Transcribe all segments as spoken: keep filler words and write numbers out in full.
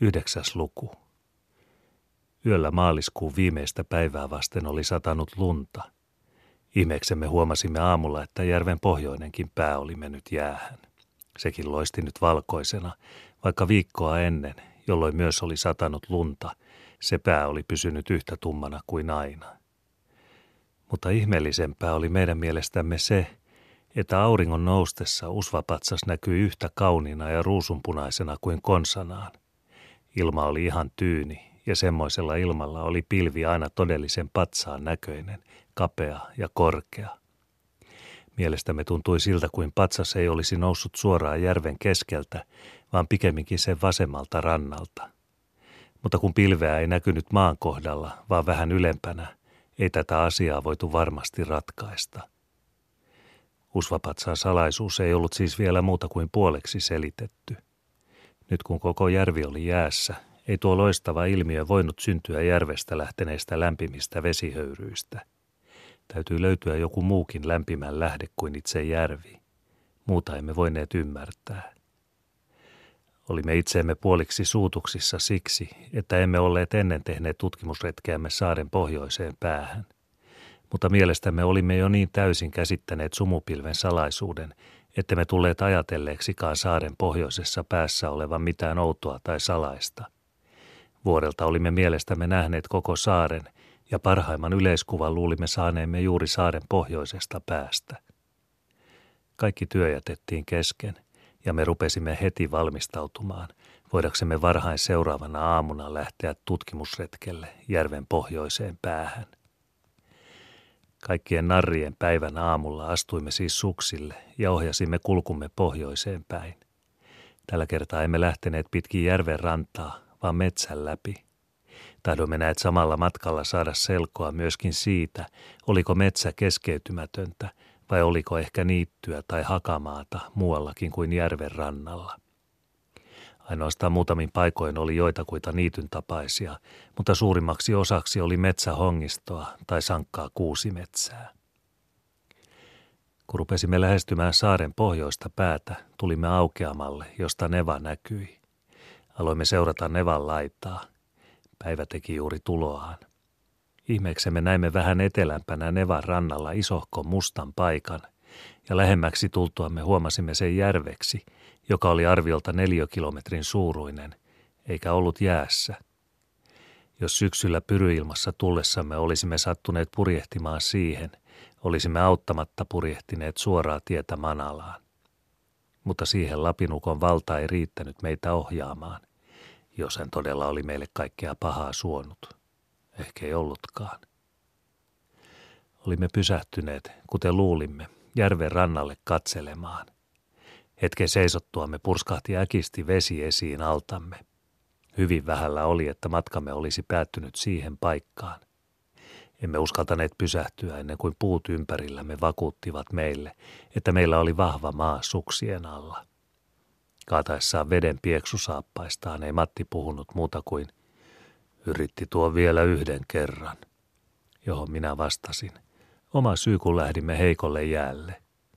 Yhdeksäs luku. Yöllä maaliskuun viimeistä päivää vasten oli satanut lunta. Ihmeeksemme huomasimme aamulla, että järven pohjoinenkin pää oli mennyt jäähän. Sekin loisti nyt valkoisena, vaikka viikkoa ennen, jolloin myös oli satanut lunta, se pää oli pysynyt yhtä tummana kuin aina. Mutta ihmeellisempää oli meidän mielestämme se, että auringon noustessa usvapatsas näkyi yhtä kauniina ja ruusunpunaisena kuin konsanaan. Ilma oli ihan tyyni, ja semmoisella ilmalla oli pilvi aina todellisen patsaan näköinen, kapea ja korkea. Mielestämme tuntui siltä, kuin patsas ei olisi noussut suoraan järven keskeltä, vaan pikemminkin sen vasemmalta rannalta. Mutta kun pilveä ei näkynyt maan kohdalla, vaan vähän ylempänä, ei tätä asiaa voitu varmasti ratkaista. Usvapatsaan salaisuus ei ollut siis vielä muuta kuin puoleksi selitetty. Nyt kun koko järvi oli jäässä, ei tuo loistava ilmiö voinut syntyä järvestä lähteneistä lämpimistä vesihöyryistä. Täytyy löytyä joku muukin lämpimän lähde kuin itse järvi. Muuta emme voineet ymmärtää. Olimme itseemme puoliksi suutuksissa siksi, että emme olleet ennen tehneet tutkimusretkeämme saaren pohjoiseen päähän. Mutta mielestämme olimme jo niin täysin käsittäneet sumupilven salaisuuden, että me tulleet ajatelleeksikaan saaren pohjoisessa päässä olevan mitään outoa tai salaista. Vuorelta olimme mielestämme nähneet koko saaren, ja parhaimman yleiskuvan luulimme saaneemme juuri saaren pohjoisesta päästä. Kaikki työ jätettiin kesken, ja me rupesimme heti valmistautumaan, voidaksemme varhain seuraavana aamuna lähteä tutkimusretkelle järven pohjoiseen päähän. Kaikkien narrien päivän aamulla astuimme siis suksille ja ohjasimme kulkumme pohjoiseen päin. Tällä kertaa emme lähteneet pitkin järven rantaa, vaan metsän läpi. Tahdoimme näet samalla matkalla saada selkoa myöskin siitä, oliko metsä keskeytymätöntä vai oliko ehkä niittyä tai hakamaata muuallakin kuin järven rannalla. Ainoastaan muutamin paikoin oli joitakuita niityn tapaisia, mutta suurimmaksi osaksi oli metsähongistoa tai sankkaa kuusimetsää. Kun rupesimme lähestymään saaren pohjoista päätä, tulimme aukeamalle, josta neva näkyi. Aloimme seurata nevan laitaa. Päivä teki juuri tuloaan. Ihmeeksemme näimme vähän etelämpänä nevan rannalla isohkon mustan paikan, ja lähemmäksi tultuamme huomasimme sen järveksi, joka oli arviolta neliökilometrin suuruinen, eikä ollut jäässä. Jos syksyllä pyryilmassa tullessamme olisimme sattuneet purjehtimaan siihen, olisimme auttamatta purjehtineet suoraa tietä Manalaan. Mutta siihen Lapinukon valta ei riittänyt meitä ohjaamaan, jos hän todella oli meille kaikkea pahaa suonut. Ehkä ei ollutkaan. Olimme pysähtyneet, kuten luulimme, järven rannalle katselemaan. Hetken seisottuamme purskahti äkisti vesi esiin altamme. Hyvin vähällä oli, että matkamme olisi päättynyt siihen paikkaan. Emme uskaltaneet pysähtyä ennen kuin puut ympärillämme vakuuttivat meille, että meillä oli vahva maa suksien alla. Kaataessaan veden pieksusaappaistaan ei Matti puhunut muuta kuin yritti tuo vielä yhden kerran, johon minä vastasin. Oma syy, kun lähdimme heikolle jäälle.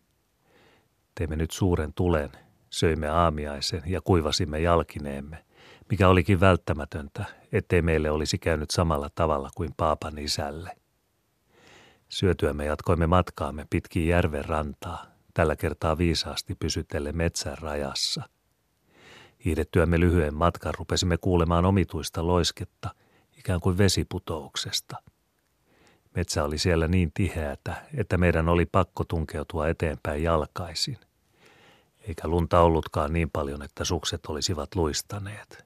Teimme nyt suuren tulen, söimme aamiaisen ja kuivasimme jalkineemme, mikä olikin välttämätöntä, ettei meille olisi käynyt samalla tavalla kuin paapan isälle. Syötyämme jatkoimme matkaamme pitkin järven rantaa, tällä kertaa viisaasti pysytellen metsän rajassa. Hiihdettyämme lyhyen matkan rupesimme kuulemaan omituista loisketta, ikään kuin vesiputouksesta. Metsä oli siellä niin tiheätä, että meidän oli pakko tunkeutua eteenpäin jalkaisin. Eikä lunta ollutkaan niin paljon, että sukset olisivat luistaneet.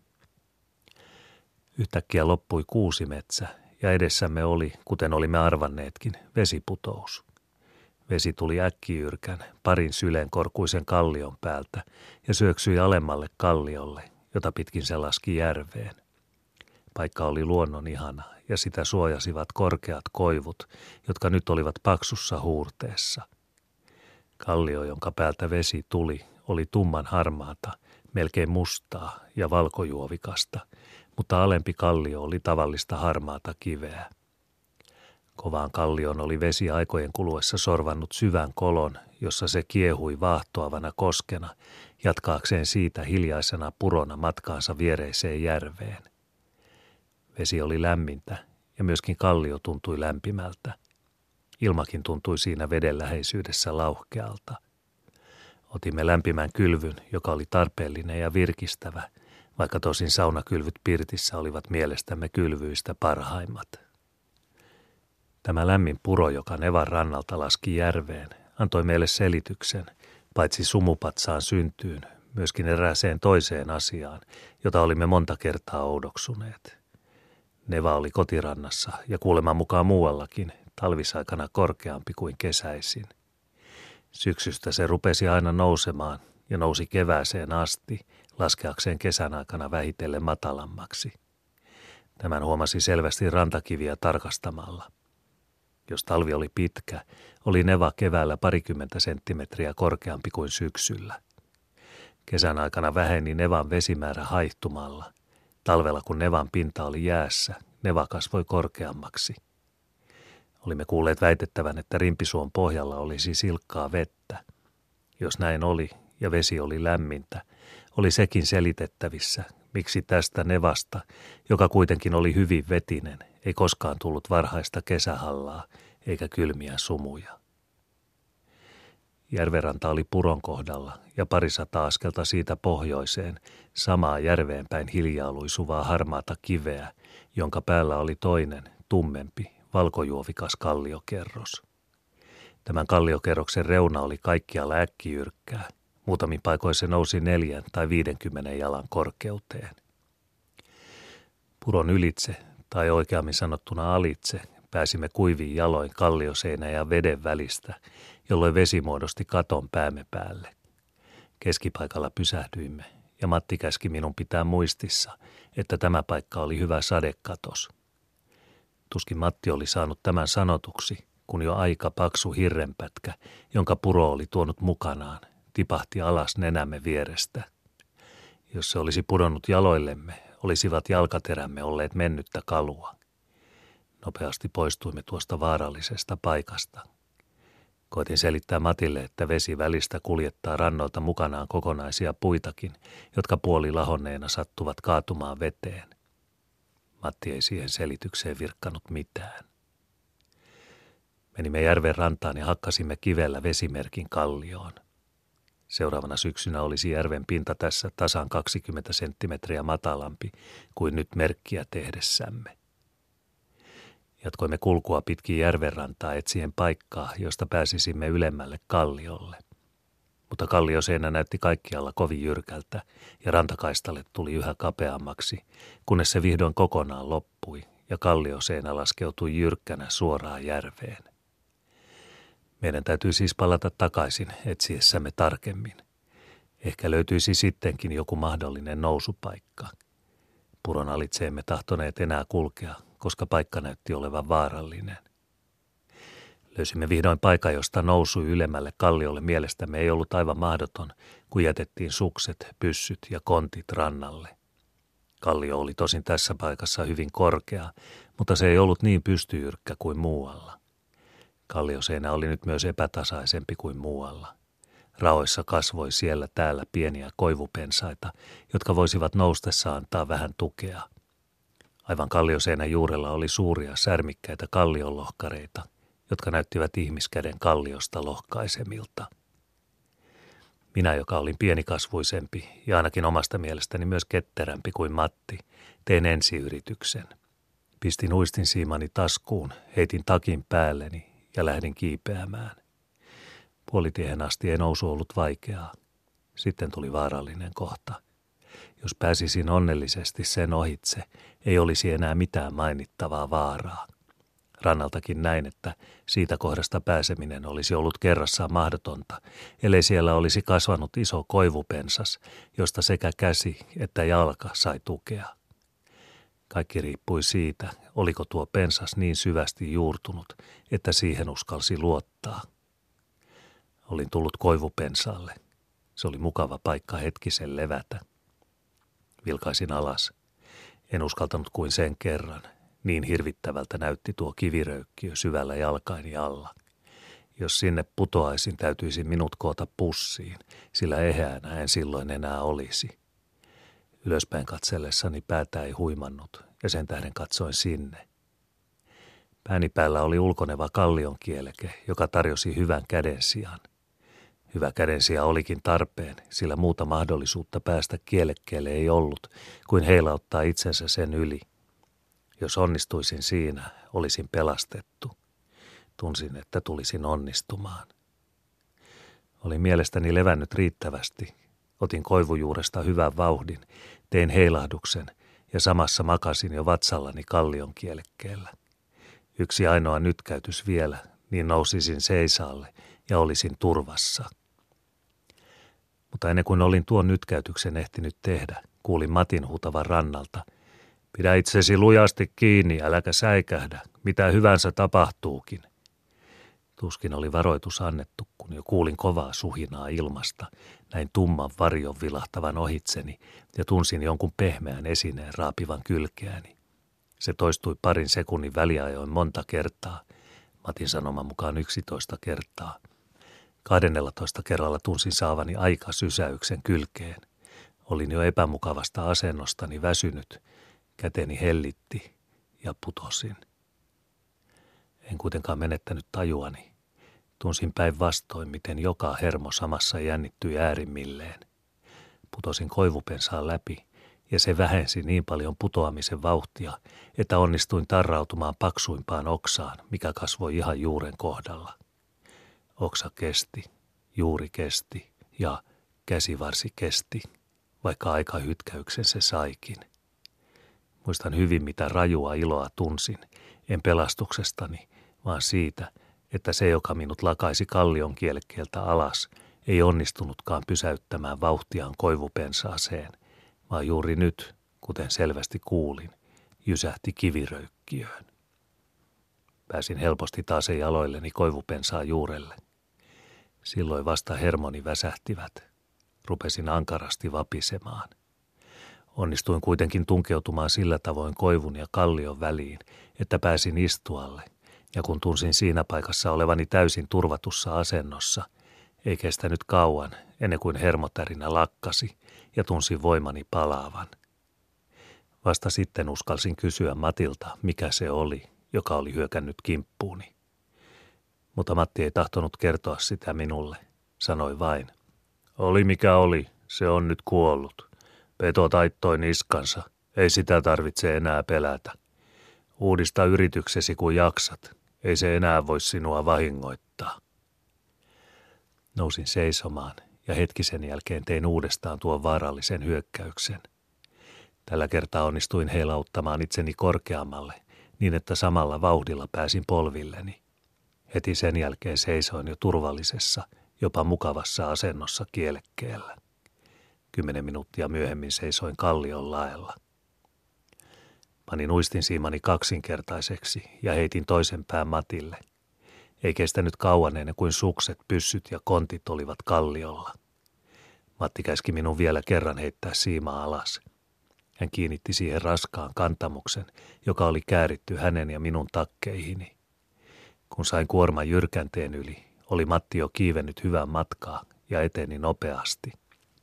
Yhtäkkiä loppui kuusimetsä ja edessämme oli, kuten olimme arvanneetkin, vesiputous. Vesi tuli äkkijyrkän, parin sylen korkuisen kallion päältä ja syöksyi alemmalle kalliolle, jota pitkin se laski järveen. Paikka oli luonnon ihana ja sitä suojasivat korkeat koivut, jotka nyt olivat paksussa huurteessa. Kallio, jonka päältä vesi tuli, oli tumman harmaata, melkein mustaa ja valkojuovikasta, mutta alempi kallio oli tavallista harmaata kiveä. Kovaan kallioon oli vesi aikojen kuluessa sorvannut syvän kolon, jossa se kiehui vaahtoavana koskena jatkaakseen siitä hiljaisena purona matkaansa viereiseen järveen. Vesi oli lämmintä ja myöskin kallio tuntui lämpimältä. Ilmakin tuntui siinä veden läheisyydessä lauhkealta. Otimme lämpimän kylvyn, joka oli tarpeellinen ja virkistävä, vaikka tosin saunakylvyt pirtissä olivat mielestämme kylvyistä parhaimmat. Tämä lämmin puro, joka Nevan rannalta laski järveen, antoi meille selityksen, paitsi sumupatsaan syntyyn, myöskin erääseen toiseen asiaan, jota olimme monta kertaa oudoksuneet. Neva oli kotirannassa ja kuuleman mukaan muuallakin talvisaikana korkeampi kuin kesäisin. Syksystä se rupesi aina nousemaan ja nousi kevääseen asti, laskeakseen kesän aikana vähitellen matalammaksi. Tämän huomasi selvästi rantakiviä tarkastamalla. Jos talvi oli pitkä, oli Neva keväällä parikymmentä senttimetriä korkeampi kuin syksyllä. Kesän aikana väheni Nevan vesimäärä haihtumalla. Talvella, kun Nevan pinta oli jäässä, Neva kasvoi korkeammaksi. Olimme kuulleet väitettävän, että Rimpisuon pohjalla olisi silkkaa vettä. Jos näin oli ja vesi oli lämmintä, oli sekin selitettävissä, miksi tästä Nevasta, joka kuitenkin oli hyvin vetinen, ei koskaan tullut varhaista kesähallaa eikä kylmiä sumuja. Järvenranta oli puron kohdalla ja parisataa askelta siitä pohjoiseen samaa järveen päin hiljaa luisuvaa harmaata kiveä, jonka päällä oli toinen, tummempi, valkojuovikas kalliokerros. Tämän kalliokerroksen reuna oli kaikkialla äkkijyrkkää. Muutamin paikoin se nousi neljän tai viidenkymmenen jalan korkeuteen. Puron ylitse, tai oikeammin sanottuna alitse, pääsimme kuiviin jaloin kallioseinän ja veden välistä, jolloin vesi muodosti katon päämme päälle. Keskipaikalla pysähdyimme, ja Matti käski minun pitää muistissa, että tämä paikka oli hyvä sadekatos. Tuskin Matti oli saanut tämän sanotuksi, kun jo aika paksu hirrenpätkä, jonka Puro oli tuonut mukanaan, tipahti alas nenämme vierestä. Jos se olisi pudonnut jaloillemme, olisivat jalkaterämme olleet mennyttä kalua. Nopeasti poistuimme tuosta vaarallisesta paikasta. Koitin selittää Matille, että vesi välistä kuljettaa rannoilta mukanaan kokonaisia puitakin, jotka puoli lahonneena sattuvat kaatumaan veteen. Matti ei siihen selitykseen virkkanut mitään. Menimme järven rantaan ja hakkasimme kivellä vesimerkin kallioon. Seuraavana syksynä olisi järven pinta tässä tasan kaksikymmentä senttimetriä matalampi kuin nyt merkkiä tehdessämme. Jatkoimme kulkua pitkin järvenrantaa etsien paikkaa, josta pääsisimme ylemmälle kalliolle. Mutta kallioseinä näytti kaikkialla kovin jyrkältä ja rantakaistalle tuli yhä kapeammaksi, kunnes se vihdoin kokonaan loppui ja kallioseinä laskeutui jyrkkänä suoraan järveen. Meidän täytyy siis palata takaisin etsiessämme tarkemmin. Ehkä löytyisi sittenkin joku mahdollinen nousupaikka. Puron alitse emme tahtoneet enää kulkea, koska paikka näytti olevan vaarallinen. Löysimme vihdoin paikan, josta nousu ylemmälle kalliolle mielestämme ei ollut aivan mahdoton, kun jätettiin sukset, pyssyt ja kontit rannalle. Kallio oli tosin tässä paikassa hyvin korkea, mutta se ei ollut niin pystyjyrkkä kuin muualla. Kallioseinä oli nyt myös epätasaisempi kuin muualla. Raoissa kasvoi siellä täällä pieniä koivupensaita, jotka voisivat noustessa antaa vähän tukea. Aivan kallioseinän juurella oli suuria särmikkäitä kallionlohkareita, jotka näyttivät ihmiskäden kalliosta lohkaisemilta. Minä, joka olin pienikasvuisempi ja ainakin omasta mielestäni myös ketterämpi kuin Matti, tein ensiyrityksen. Pistin uistinsiimani taskuun, heitin takin päälleni ja lähdin kiipeämään. Puolitiehen asti ei nousu ollut vaikeaa. Sitten tuli vaarallinen kohta. Jos pääsisin onnellisesti sen ohitse, ei olisi enää mitään mainittavaa vaaraa. Rannaltakin näin, että siitä kohdasta pääseminen olisi ollut kerrassaan mahdotonta, ellei siellä olisi kasvanut iso koivupensas, josta sekä käsi että jalka sai tukea. Kaikki riippui siitä, oliko tuo pensas niin syvästi juurtunut, että siihen uskalsi luottaa. Olin tullut koivupensaalle. Se oli mukava paikka hetkisen levätä. Vilkaisin alas. En uskaltanut kuin sen kerran. Niin hirvittävältä näytti tuo kiviröykkiö syvällä jalkaini alla. Jos sinne putoaisin, täytyisi minut koota pussiin, sillä eheänä en silloin enää olisi. Ylöspäin katsellessani päätä ei huimannut, ja sen tähden katsoin sinne. Pääni päällä oli ulkoneva kallionkieleke, joka tarjosi hyvän kädensijan. Hyvä kädensija olikin tarpeen, sillä muuta mahdollisuutta päästä kielekkeelle ei ollut, kuin heilauttaa itsensä sen yli. Jos onnistuisin siinä, olisin pelastettu. Tunsin, että tulisin onnistumaan. Olin mielestäni levännyt riittävästi. Otin koivujuuresta hyvän vauhdin, tein heilahduksen ja samassa makasin jo vatsallani kallion kielekkeellä. Yksi ainoa nytkäytys vielä, niin nousisin seisaalle ja olisin turvassa. Mutta ennen kuin olin tuon nytkäytyksen ehtinyt tehdä, kuulin Matin huutavan rannalta. Pidä itsesi lujasti kiinni, äläkä säikähdä, mitä hyvänsä tapahtuukin. Tuskin oli varoitus annettu, kun jo kuulin kovaa suhinaa ilmasta, näin tumman varjon vilahtavan ohitseni ja tunsin jonkun pehmeän esineen raapivan kylkeäni. Se toistui parin sekunnin väliajoin monta kertaa, Matin sanoman mukaan yksitoista kertaa. Kahdennellatoista kerralla tunsin saavani aikasysäyksen kylkeen. Olin jo epämukavasta asennostani väsynyt, käteni hellitti ja putosin. En kuitenkaan menettänyt tajuani. Tunsin päinvastoin, miten joka hermo samassa jännittyi äärimmilleen. Putosin koivupensaan läpi, ja se vähensi niin paljon putoamisen vauhtia, että onnistuin tarrautumaan paksuimpaan oksaan, mikä kasvoi ihan juuren kohdalla. Oksa kesti, juuri kesti ja käsivarsi kesti, vaikka aika hytkäyksen se saikin. Muistan hyvin, mitä rajua iloa tunsin, en pelastuksestani, vaan siitä, että se, joka minut lakaisi kallion kielekkeeltä alas, ei onnistunutkaan pysäyttämään vauhtiaan koivupensaaseen, vaan juuri nyt, kuten selvästi kuulin, jysähti kiviröykkiöön. Pääsin helposti taas jaloilleni koivupensaan juurelle. Silloin vasta hermoni väsähtivät. Rupesin ankarasti vapisemaan. Onnistuin kuitenkin tunkeutumaan sillä tavoin koivun ja kallion väliin, että pääsin istualle, ja kun tunsin siinä paikassa olevani täysin turvatussa asennossa, ei kestänyt kauan ennen kuin hermotärinä lakkasi ja tunsin voimani palaavan. Vasta sitten uskalsin kysyä Matilta, mikä se oli, joka oli hyökännyt kimppuuni. Mutta Matti ei tahtonut kertoa sitä minulle, sanoi vain. Oli mikä oli, se on nyt kuollut. Peto taittoi niskansa, ei sitä tarvitse enää pelätä. Uudista yrityksesi kun jaksat, ei se enää voi sinua vahingoittaa. Nousin seisomaan ja hetkisen jälkeen tein uudestaan tuon vaarallisen hyökkäyksen. Tällä kertaa onnistuin heilauttamaan itseni korkeammalle, niin että samalla vauhdilla pääsin polvilleni. Heti sen jälkeen seisoin jo turvallisessa, jopa mukavassa asennossa kielekkeellä. Kymmenen minuuttia myöhemmin seisoin kallion laella. Panin uistinsiimani kaksinkertaiseksi ja heitin toisen pään Matille. Ei kestänyt kauan ennen kuin sukset, pyssyt ja kontit olivat kalliolla. Matti käski minun vielä kerran heittää siimaa alas. Hän kiinnitti siihen raskaan kantamuksen, joka oli kääritty hänen ja minun takkeihini. Kun sain kuorman jyrkänteen yli, oli Matti jo kiivennyt hyvää matkaa ja eteni nopeasti.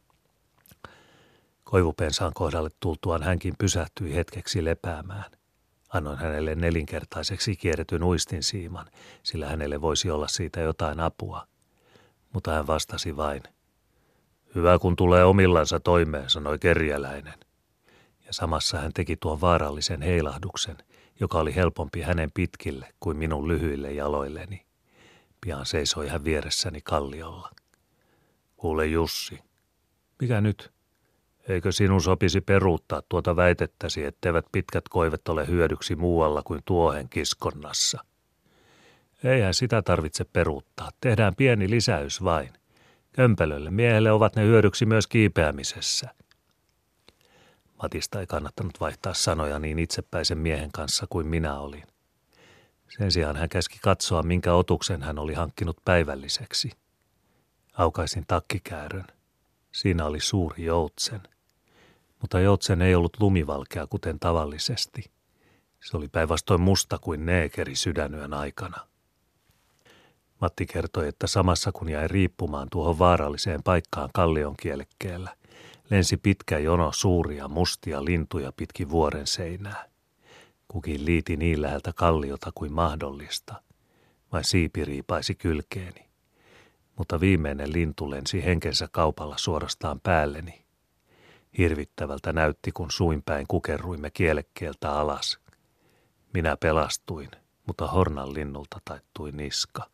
Koivupensaan kohdalle tultuaan hänkin pysähtyi hetkeksi lepäämään. Annoin hänelle nelinkertaiseksi kierretyn uistinsiiman, sillä hänelle voisi olla siitä jotain apua. Mutta hän vastasi vain. Hyvä kun tulee omillansa toimeen, sanoi kerjäläinen. Ja samassa hän teki tuon vaarallisen heilahduksen, joka oli helpompi hänen pitkille kuin minun lyhyille jaloilleni. Pian seisoi hän vieressäni kalliolla. Kuule Jussi. Mikä nyt? Eikö sinun sopisi peruuttaa tuota väitettäsi, etteivät pitkät koivet ole hyödyksi muualla kuin tuohen kiskonnassa? Eihän sitä tarvitse peruuttaa. Tehdään pieni lisäys vain. Kömpelölle miehelle ovat ne hyödyksi myös kiipeämisessä. Matista ei kannattanut vaihtaa sanoja niin itsepäisen miehen kanssa kuin minä olin. Sen sijaan hän käski katsoa, minkä otuksen hän oli hankkinut päivälliseksi. Aukaisin takkikäärön. Siinä oli suuri joutsen. Mutta joutsen ei ollut lumivalkea kuten tavallisesti. Se oli päinvastoin musta kuin neekeri sydänyön aikana. Matti kertoi, että samassa kun jäi riippumaan tuohon vaaralliseen paikkaan kallion kielekkeellä, lensi pitkä jono suuria mustia lintuja pitkin vuoren seinää. Kukin liiti niin läheltä kalliota kuin mahdollista. Vain siipi riipaisi kylkeeni. Mutta viimeinen lintu lensi henkensä kaupalla suorastaan päälleni. Hirvittävältä näytti, kun suinpäin kukerruimme kielekkeeltä alas. Minä pelastuin, mutta hornan linnulta taittui niska.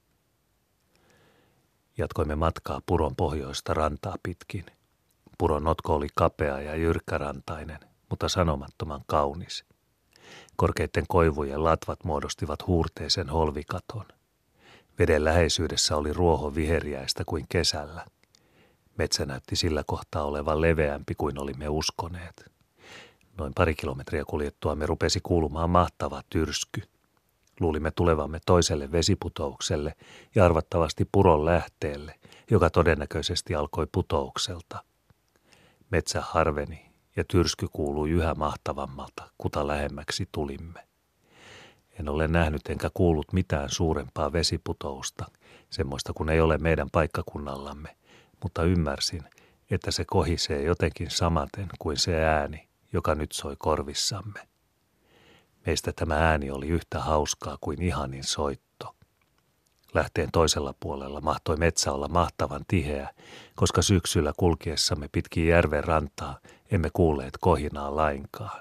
Jatkoimme matkaa puron pohjoista rantaa pitkin. Puron notko oli kapea ja jyrkkärantainen, mutta sanomattoman kaunis. Korkeitten koivujen latvat muodostivat huurteisen holvikaton. Veden läheisyydessä oli ruoho viheriäistä kuin kesällä. Metsä näytti sillä kohtaa olevan leveämpi kuin olimme uskoneet. Noin pari kilometriä kuljettuamme rupesi kuulumaan mahtava tyrsky. Luulimme tulevamme toiselle vesiputoukselle ja arvattavasti puron lähteelle, joka todennäköisesti alkoi putoukselta. Metsä harveni ja tyrsky kuului yhä mahtavammalta, kuta lähemmäksi tulimme. En ole nähnyt enkä kuullut mitään suurempaa vesiputousta, semmoista kun ei ole meidän paikkakunnallamme, mutta ymmärsin, että se kohisee jotenkin samaten kuin se ääni, joka nyt soi korvissamme. Meistä tämä ääni oli yhtä hauskaa kuin ihanin soitto. Lähteen toisella puolella mahtoi metsä olla mahtavan tiheä, koska syksyllä kulkiessamme pitkin järven rantaa emme kuulleet kohinaa lainkaan.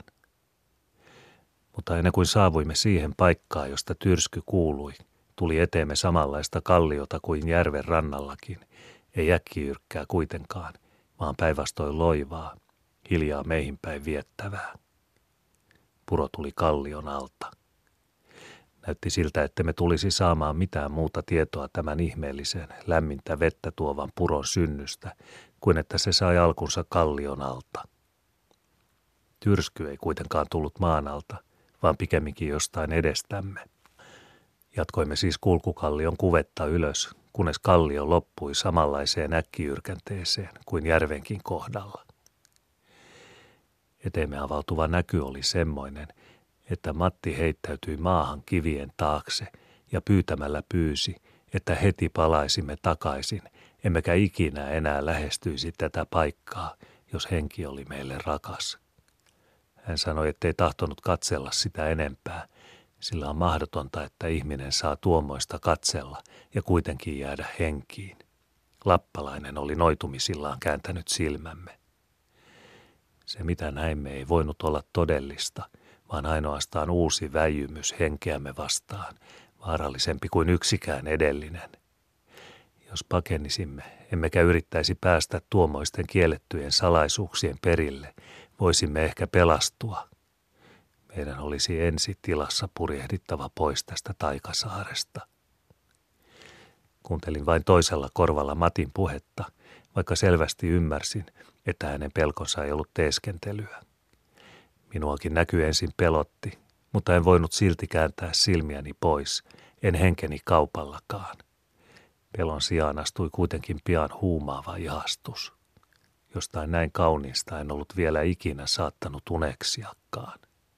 Mutta ennen kuin saavuimme siihen paikkaan, josta tyrsky kuului, tuli eteemme samanlaista kalliota kuin järven rannallakin, ei äkkijyrkkää kuitenkaan, vaan päinvastoin loivaa, hiljaa meihin päin viettävää. Puro tuli kallion alta. Näytti siltä, että me tulisi saamaan mitään muuta tietoa tämän ihmeellisen, lämmintä vettä tuovan puron synnystä, kuin että se sai alkunsa kallion alta. Tyrsky ei kuitenkaan tullut maan alta, vaan pikemminkin jostain edestämme. Jatkoimme siis kulkukallion kuvetta ylös, kunnes kallio loppui samanlaiseen äkkijyrkänteeseen kuin järvenkin kohdalla. Eteemme avautuva näky oli semmoinen, että Matti heittäytyi maahan kivien taakse ja pyytämällä pyysi, että heti palaisimme takaisin, emmekä ikinä enää lähestyisi tätä paikkaa, jos henki oli meille rakas. Hän sanoi, ettei tahtonut katsella sitä enempää, sillä on mahdotonta, että ihminen saa tuommoista katsella ja kuitenkin jäädä henkiin. Lappalainen oli noitumisillaan kääntänyt silmämme. Se, mitä näimme, ei voinut olla todellista, vaan ainoastaan uusi väijymys henkeämme vastaan, vaarallisempi kuin yksikään edellinen. Jos pakenisimme, emmekä yrittäisi päästä tuommoisten kiellettyjen salaisuuksien perille, voisimme ehkä pelastua. Meidän olisi ensi tilassa purjehdittava pois tästä taikasaaresta. Kuuntelin vain toisella korvalla Matin puhetta, vaikka selvästi ymmärsin, että hänen pelkonsa ei ollut teeskentelyä. Minuakin näky ensin pelotti, mutta en voinut silti kääntää silmiäni pois, en henkeni kaupallakaan. Pelon sijaan astui kuitenkin pian huumaava ihastus. Jostain näin kauniista en ollut vielä ikinä saattanut uneksiakaan.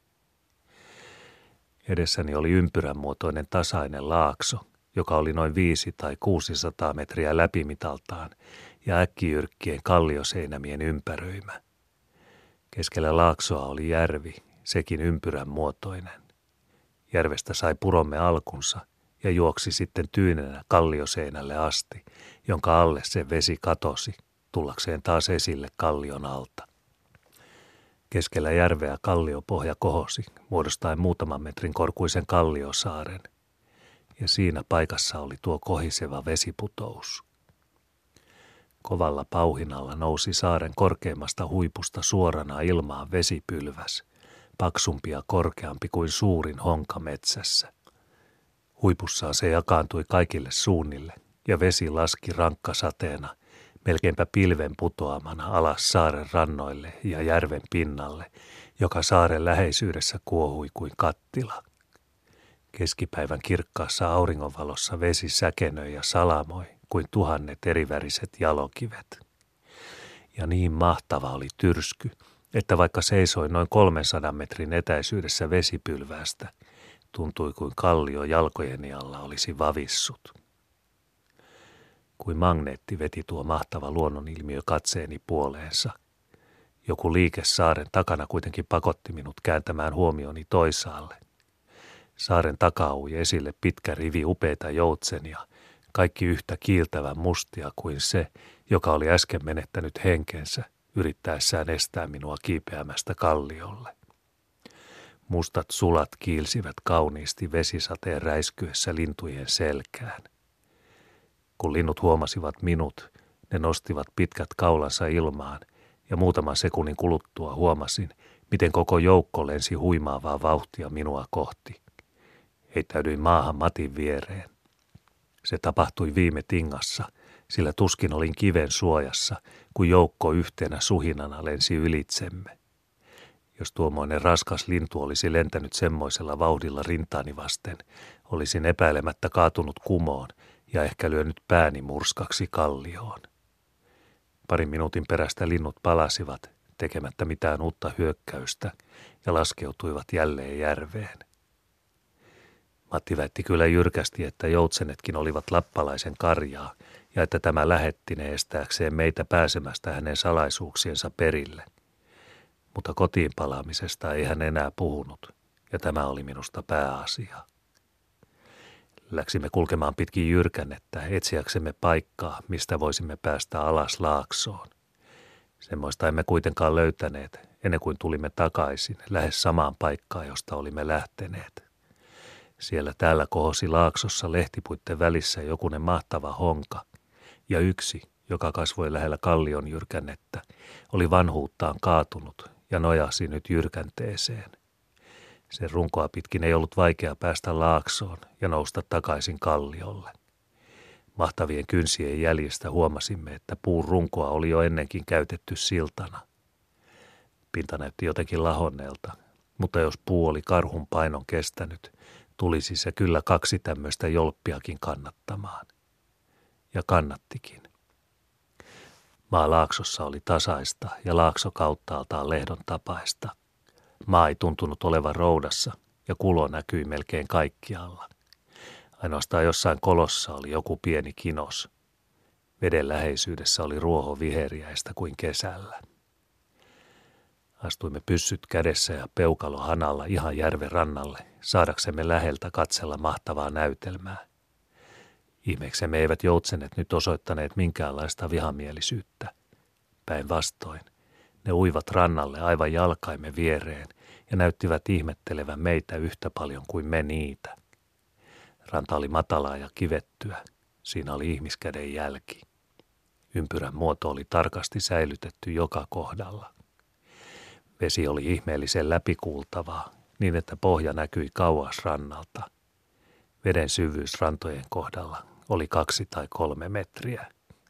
Edessäni oli ympyränmuotoinen tasainen laakso, joka oli noin viisi tai kuusisataa metriä läpimitaltaan ja äkkijyrkkien kallioseinämien ympäröimä. Keskellä laaksoa oli järvi, sekin ympyrän muotoinen. Järvestä sai puromme alkunsa ja juoksi sitten tyynenä kallioseinälle asti, jonka alle se vesi katosi, tullakseen taas esille kallion alta. Keskellä järveä kalliopohja kohosi, muodostaen muutaman metrin korkuisen kalliosaaren, ja siinä paikassa oli tuo kohiseva vesiputous. Kovalla pauhinalla nousi saaren korkeimmasta huipusta suorana ilmaan vesipylväs, paksumpi ja korkeampi kuin suurin honka metsässä. Huipussaan se jakaantui kaikille suunnille, ja vesi laski rankkasateena, melkeinpä pilven putoamana alas saaren rannoille ja järven pinnalle, joka saaren läheisyydessä kuohui kuin kattila. Keskipäivän kirkkaassa auringonvalossa vesi säkenöi ja salamoi kuin tuhannet eriväriset jalokivet. Ja niin mahtava oli tyrsky, että vaikka seisoi noin kolmensadan metrin etäisyydessä vesipylvästä, tuntui kuin kallio jalkojeni alla olisi vavissut. Kuin magneetti veti tuo mahtava luonnonilmiö katseeni puoleensa. Joku liike saaren takana kuitenkin pakotti minut kääntämään huomioni toisaalle. Saaren takaa ui esille pitkä rivi upeita joutsenia, kaikki yhtä kiiltävän mustia kuin se, joka oli äsken menettänyt henkensä, yrittäessään estää minua kiipeämästä kalliolle. Mustat sulat kiilsivät kauniisti vesisateen räiskyessä lintujen selkään. Kun linnut huomasivat minut, ne nostivat pitkät kaulansa ilmaan, ja muutaman sekunnin kuluttua huomasin, miten koko joukko lensi huimaavaa vauhtia minua kohti. Heittäydyin maahan Matin viereen. Se tapahtui viime tingassa, sillä tuskin olin kiven suojassa, kun joukko yhtenä suhinana lensi ylitsemme. Jos tuommoinen raskas lintu olisi lentänyt semmoisella vauhdilla rintaani vasten, olisin epäilemättä kaatunut kumoon ja ehkä lyönyt pääni murskaksi kallioon. Parin minuutin perästä linnut palasivat, tekemättä mitään uutta hyökkäystä, ja laskeutuivat jälleen järveen. Matti väitti kyllä jyrkästi, että joutsenetkin olivat lappalaisen karjaa, ja että tämä lähetti ne estääkseen meitä pääsemästä hänen salaisuuksiensa perille. Mutta kotiin palaamisesta ei hän enää puhunut, ja tämä oli minusta pääasia. Läksimme kulkemaan pitkin jyrkännettä, etsiäksemme paikkaa, mistä voisimme päästä alas laaksoon. Semmoista emme kuitenkaan löytäneet, ennen kuin tulimme takaisin, lähes samaan paikkaan, josta olimme lähteneet. Siellä täällä kohosi laaksossa lehtipuitten välissä jokunen mahtava honka, ja yksi, joka kasvoi lähellä kallion jyrkännettä, oli vanhuuttaan kaatunut ja nojasi nyt jyrkänteeseen. Sen runkoa pitkin ei ollut vaikea päästä laaksoon ja nousta takaisin kalliolle. Mahtavien kynsien jäljistä huomasimme, että puun runkoa oli jo ennenkin käytetty siltana. Pinta näytti jotenkin lahonneelta, mutta jos puu oli karhun painon kestänyt, tulisi se kyllä kaksi tämmöistä jolppiakin kannattamaan. Ja kannattikin. Maa laaksossa oli tasaista ja laakso kauttaaltaan lehdon tapaista. Maa ei tuntunut olevan roudassa ja kulo näkyi melkein kaikkialla. Ainoastaan jossain kolossa oli joku pieni kinos. Veden läheisyydessä oli ruoho viheriäistä kuin kesällä. Astuimme pyssyt kädessä ja peukalo hanalla ihan järven rannalle, saadaksemme läheltä katsella mahtavaa näytelmää. Ihmeeksemme eivät joutsenet nyt osoittaneet minkäänlaista vihamielisyyttä. Päinvastoin, ne uivat rannalle aivan jalkaimme viereen ja näyttivät ihmettelevän meitä yhtä paljon kuin me niitä. Ranta oli matalaa ja kivettyä. Siinä oli ihmiskäden jälki. Ympyrän muoto oli tarkasti säilytetty joka kohdalla. Vesi oli ihmeellisen läpikuultavaa, niin että pohja näkyi kauas rannalta. Veden syvyys rantojen kohdalla oli kaksi tai kolme metriä.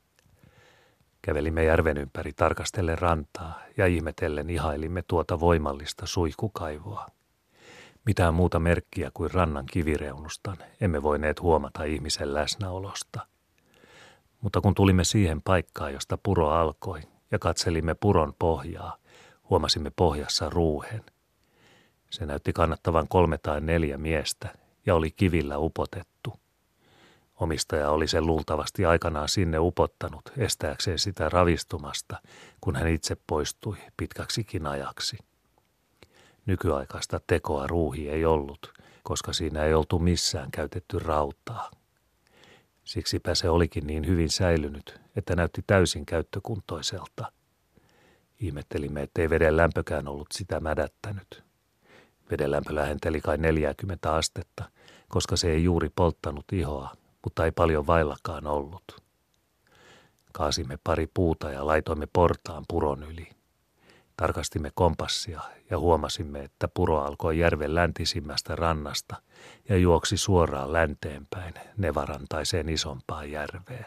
Kävelimme järven ympäri tarkastellen rantaa ja ihmetellen ihailimme tuota voimallista suihkukaivoa. Mitään muuta merkkiä kuin rannan kivireunustan emme voineet huomata ihmisen läsnäolosta. Mutta kun tulimme siihen paikkaan, josta puro alkoi ja katselimme puron pohjaa, huomasimme pohjassa ruuhen. Se näytti kannattavan kolme tai neljä miestä ja oli kivillä upotettu. Omistaja oli sen luultavasti aikanaan sinne upottanut estääkseen sitä ravistumasta, kun hän itse poistui pitkäksikin ajaksi. Nykyaikaista tekoa ruuhi ei ollut, koska siinä ei oltu missään käytetty rautaa. Siksipä se olikin niin hyvin säilynyt, että näytti täysin käyttökuntoiselta. Ihmettelimme, ettei veden lämpökään ollut sitä mädättänyt. Veden lämpö lähenteli kai neljäkymmentä astetta, koska se ei juuri polttanut ihoa, mutta ei paljon vaillakaan ollut. Kaasimme pari puuta ja laitoimme portaan puron yli. Tarkastimme kompassia ja huomasimme, että puro alkoi järven läntisimmästä rannasta ja juoksi suoraan länteenpäin nevarantaiseen isompaan järveen.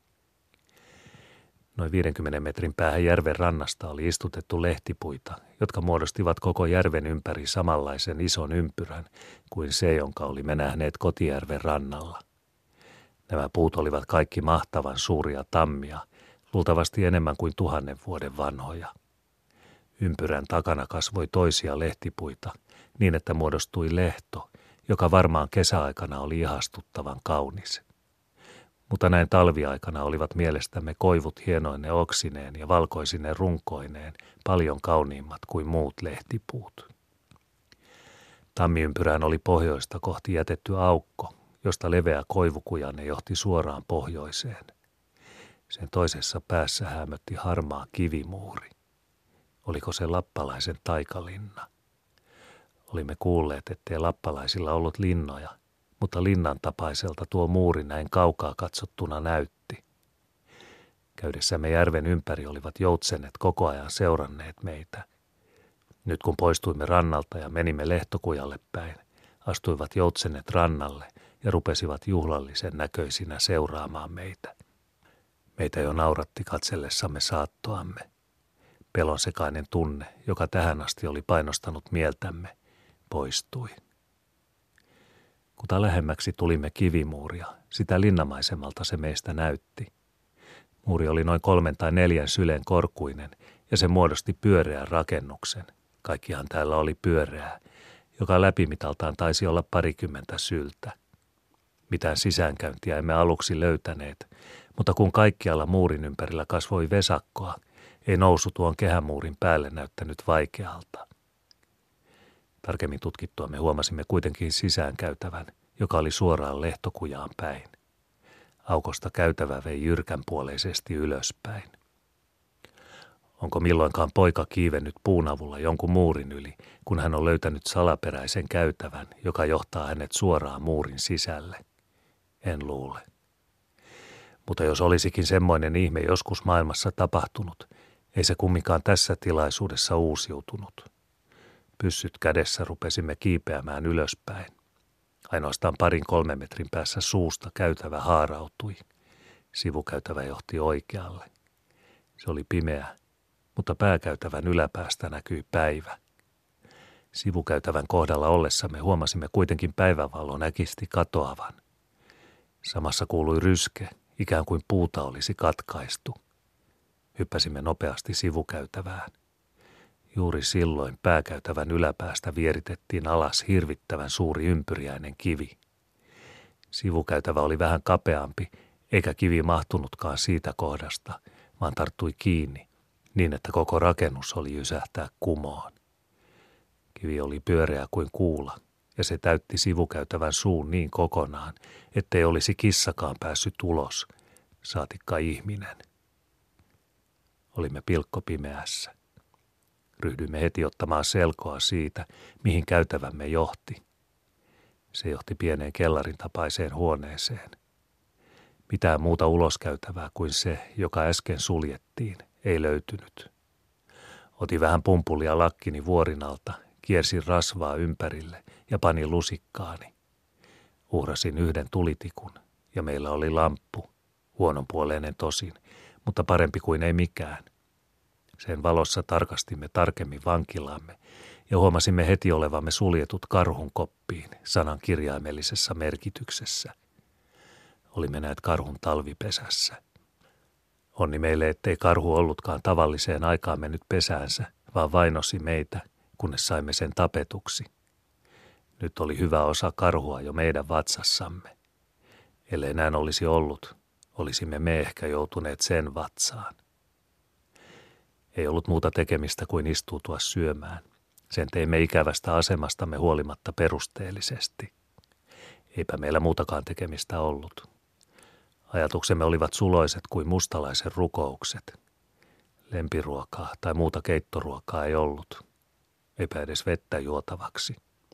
Noin viidenkymmenen metrin päähän järven rannasta oli istutettu lehtipuita, jotka muodostivat koko järven ympäri samanlaisen ison ympyrän kuin se, jonka olimme nähneet Kotijärven rannalla. Nämä puut olivat kaikki mahtavan suuria tammia, luultavasti enemmän kuin tuhannen vuoden vanhoja. Ympyrän takana kasvoi toisia lehtipuita niin, että muodostui lehto, joka varmaan kesäaikana oli ihastuttavan kaunis. mutta näin talviaikana olivat mielestämme koivut hienoine oksineen ja valkoisine runkoineen paljon kauniimmat kuin muut lehtipuut. Tammiympyrään oli pohjoista kohti jätetty aukko, josta leveä koivukujanne johti suoraan pohjoiseen. Sen toisessa päässä hämötti harmaa kivimuuri. Oliko se lappalaisen taikalinna? Olimme kuulleet, ettei lappalaisilla ollut linnoja, mutta linnan tapaiselta tuo muuri näin kaukaa katsottuna näytti. Käydessämme järven ympäri olivat joutsenet koko ajan seuranneet meitä. Nyt kun poistuimme rannalta ja menimme Lehtokujalle päin, astuivat joutsenet rannalle ja rupesivat juhlallisen näköisinä seuraamaan meitä. Meitä jo nauratti katsellessamme saattoamme. Pelonsekainen tunne, joka tähän asti oli painostanut mieltämme, poistui. Kuta lähemmäksi tulimme kivimuuria, sitä linnamaisemalta se meistä näytti. Muuri oli noin kolmen tai neljän sylen korkuinen ja se muodosti pyöreän rakennuksen. Kaikkihan täällä oli pyöreää, joka läpimitaltaan taisi olla parikymmentä syltä. Mitään sisäänkäyntiä emme aluksi löytäneet, mutta kun kaikkialla muurin ympärillä kasvoi vesakkoa, ei nousu tuon kehämuurin päälle näyttänyt vaikealta. Tarkemmin tutkittua me huomasimme kuitenkin sisäänkäytävän, joka oli suoraan Lehtokujaan päin. Aukosta käytävä vei jyrkänpuoleisesti ylöspäin. Onko milloinkaan poika kiivennyt puun avulla jonkun muurin yli, kun hän on löytänyt salaperäisen käytävän, joka johtaa hänet suoraan muurin sisälle? En luule. Mutta jos olisikin semmoinen ihme joskus maailmassa tapahtunut, ei se kumminkaan tässä tilaisuudessa uusiutunut. Pyssyt kädessä rupesimme kiipeämään ylöspäin. Ainoastaan parin kolmen metrin päässä suusta käytävä haarautui. Sivukäytävä johti oikealle. Se oli pimeä, mutta pääkäytävän yläpäästä näkyi päivä. Sivukäytävän kohdalla ollessamme huomasimme kuitenkin päivävalon äkisti katoavan. Samassa kuului ryske, ikään kuin puuta olisi katkaistu. Hyppäsimme nopeasti sivukäytävään. Juuri silloin pääkäytävän yläpäästä vieritettiin alas hirvittävän suuri ympyriäinen kivi. Sivukäytävä oli vähän kapeampi, eikä kivi mahtunutkaan siitä kohdasta, vaan tarttui kiinni, niin että koko rakennus oli jysähtää kumoon. Kivi oli pyöreä kuin kuula, ja se täytti sivukäytävän suun niin kokonaan, ettei olisi kissakaan päässyt ulos, saatikka ihminen. Olimme pilkkopimeässä. Ryhdyimme heti ottamaan selkoa siitä, mihin käytävämme johti. Se johti pieneen kellarin tapaiseen huoneeseen. Mitään muuta uloskäytävää kuin se, joka äsken suljettiin, ei löytynyt. Otin vähän pumpulia lakkini vuorinalta, kiersin rasvaa ympärille ja panin lusikkaani. Uhrasin yhden tulitikun ja meillä oli lamppu, huononpuoleinen tosin, mutta parempi kuin ei mikään. Sen valossa tarkastimme tarkemmin vankilaamme ja huomasimme heti olevamme suljetut karhun koppiin sanan kirjaimellisessa merkityksessä. Olimme näet karhun talvipesässä. Onni meille, ettei karhu ollutkaan tavalliseen aikaan mennyt pesäänsä, vaan vainosi meitä, kunnes saimme sen tapetuksi. Nyt oli hyvä osa karhua jo meidän vatsassamme. Ellei näin olisi ollut, olisimme me ehkä joutuneet sen vatsaan. Ei ollut muuta tekemistä kuin istuutua syömään. Sen teimme ikävästä asemastamme huolimatta perusteellisesti. Eipä meillä muutakaan tekemistä ollut. Ajatuksemme olivat suloiset kuin mustalaisen rukoukset. Lempiruokaa tai muuta keittoruokaa ei ollut. Eipä edes vettä juotavaksi.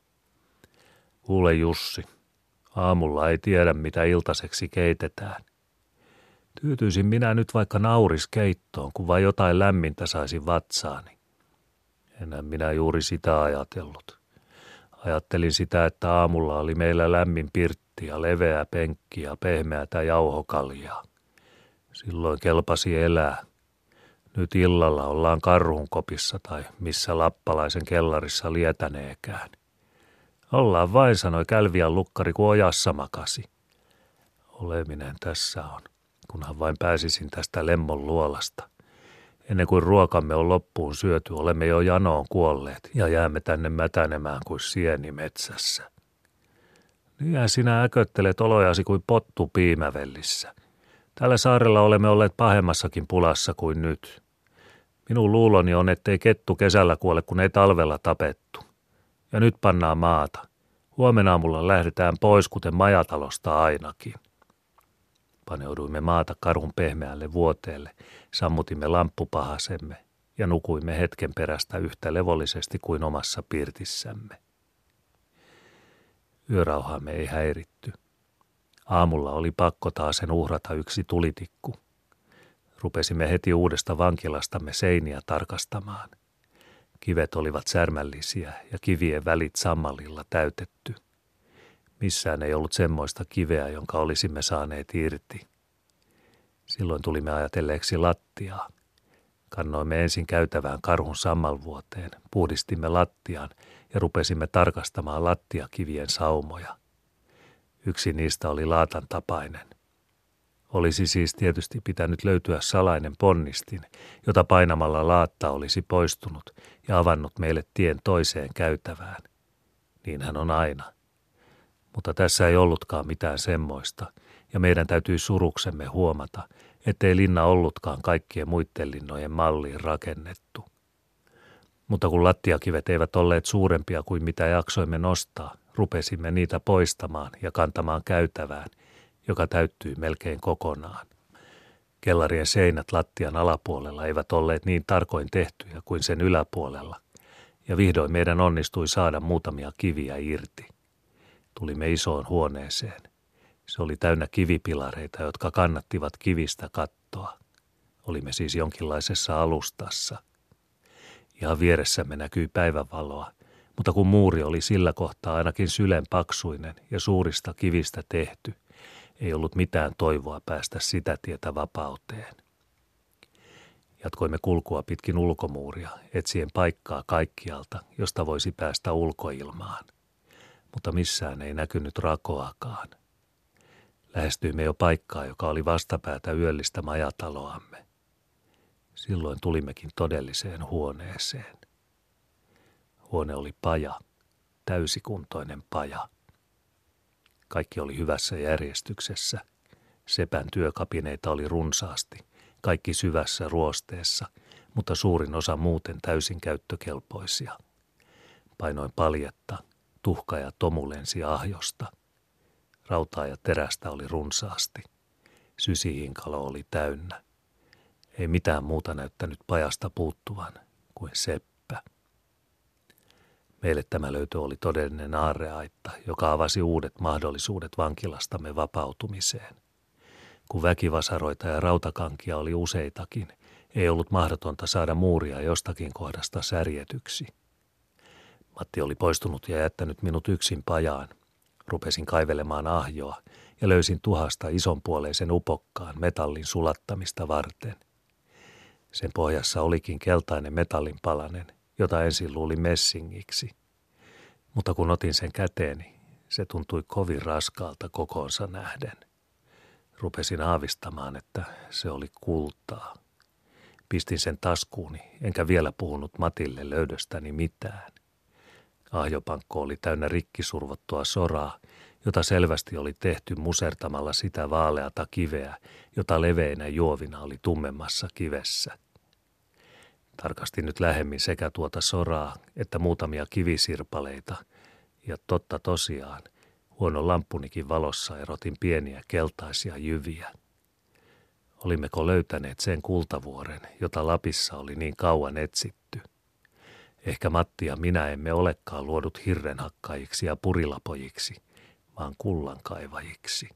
Kuule Jussi, aamulla ei tiedä mitä iltaseksi keitetään. Tyytyisin minä nyt vaikka nauriskeittoon, kun vain jotain lämmintä saisin vatsaani. Enää minä juuri sitä ajatellut. Ajattelin sitä, että aamulla oli meillä lämmin pirtti ja leveä penkki ja pehmeätä jauhokaljaa. Silloin kelpasi elää. Nyt illalla ollaan karhunkopissa tai missä lappalaisen kellarissa lietäneekään. Ollaan vain, sanoi Kälviän lukkari, kun ojassa makasi. Oleminen tässä on, kunhan vain pääsisin tästä lemmon luolasta. Ennen kuin ruokamme on loppuun syöty, olemme jo janoon kuolleet ja jäämme tänne mätänemään kuin sieni metsässä. Niinhän sinä äköttelet olojasi kuin pottu piimävellissä. Tällä saarella olemme olleet pahemmassakin pulassa kuin nyt. Minun luuloni on, ettei kettu kesällä kuole, kun ei talvella tapettu. Ja nyt pannaan maata. Huomenna aamulla lähdetään pois, kuten majatalosta ainakin. Paneuduimme maata karhun pehmeälle vuoteelle, sammutimme lamppupahasemme ja nukuimme hetken perästä yhtä levollisesti kuin omassa pirtissämme. Yörauhaamme ei häiritty. Aamulla oli pakko taasen uhrata yksi tulitikku. Rupesimme heti uudesta vankilastamme seiniä tarkastamaan. Kivet olivat särmällisiä ja kivien välit sammallilla täytetty. Missään ei ollut semmoista kiveä, jonka olisimme saaneet irti. Silloin tulimme ajatelleeksi lattiaa. Kannoimme ensin käytävään karhun sammalvuoteen, puhdistimme lattian ja rupesimme tarkastamaan lattiakivien saumoja. Yksi niistä oli laatan tapainen. Olisi siis tietysti pitänyt löytyä salainen ponnistin, jota painamalla laatta olisi poistunut ja avannut meille tien toiseen käytävään. Niinhän on aina. Mutta tässä ei ollutkaan mitään semmoista, ja meidän täytyi suruksemme huomata, ettei linna ollutkaan kaikkien muiden linnojen malliin rakennettu. Mutta kun lattiakivet eivät olleet suurempia kuin mitä jaksoimme nostaa, rupesimme niitä poistamaan ja kantamaan käytävään, joka täyttyi melkein kokonaan. Kellarien seinät lattian alapuolella eivät olleet niin tarkoin tehtyjä kuin sen yläpuolella, ja vihdoin meidän onnistui saada muutamia kiviä irti. Tulimme isoon huoneeseen. Se oli täynnä kivipilareita, jotka kannattivat kivistä kattoa. Olimme siis jonkinlaisessa alustassa. Ihan vieressämme näkyi päivänvaloa, mutta kun muuri oli sillä kohtaa ainakin sylen paksuinen ja suurista kivistä tehty, ei ollut mitään toivoa päästä sitä tietä vapauteen. Jatkoimme kulkua pitkin ulkomuuria, etsien paikkaa kaikkialta, josta voisi päästä ulkoilmaan. Mutta missään ei näkynyt rakoakaan. Lähestyimme jo paikkaa, joka oli vastapäätä yöllistä majataloamme. Silloin tulimmekin todelliseen huoneeseen. Huone oli paja, täysikuntoinen paja. Kaikki oli hyvässä järjestyksessä. Sepän työkapineita oli runsaasti, kaikki syvässä ruosteessa, mutta suurin osa muuten täysin käyttökelpoisia. Painoin paljetta, tuhka ja tomu lensi ahjosta. Rautaa ja terästä oli runsaasti. Sysihinkalo oli täynnä. Ei mitään muuta näyttänyt pajasta puuttuvan kuin seppä. Meille tämä löytö oli todellinen aarreaitta, joka avasi uudet mahdollisuudet vankilastamme vapautumiseen. Kun väkivasaroita ja rautakankia oli useitakin, ei ollut mahdotonta saada muuria jostakin kohdasta särjetyksi. Matti oli poistunut ja jättänyt minut yksin pajaan. Rupesin kaivelemaan ahjoa ja löysin tuhasta isonpuoleisen upokkaan metallin sulattamista varten. Sen pohjassa olikin keltainen metallinpalanen, jota ensin luulin messingiksi. Mutta kun otin sen käteeni, se tuntui kovin raskaalta kokoonsa nähden. Rupesin aavistamaan, että se oli kultaa. Pistin sen taskuuni, enkä vielä puhunut Matille löydöstäni mitään. Ahjopankko oli täynnä rikkisurvottua soraa, jota selvästi oli tehty musertamalla sitä vaaleata kiveä, jota leveinä juovina oli tummemmassa kivessä. Tarkastin nyt lähemmin sekä tuota soraa että muutamia kivisirpaleita, ja totta tosiaan, huonon lamppunikin valossa erotin pieniä keltaisia jyviä. Olimmeko löytäneet sen kultavuoren, jota Lapissa oli niin kauan etsitty? Ehkä Matti ja minä emme olekaan luodut hirrenhakkaajiksi ja purilapojiksi, vaan kullankaivajiksi.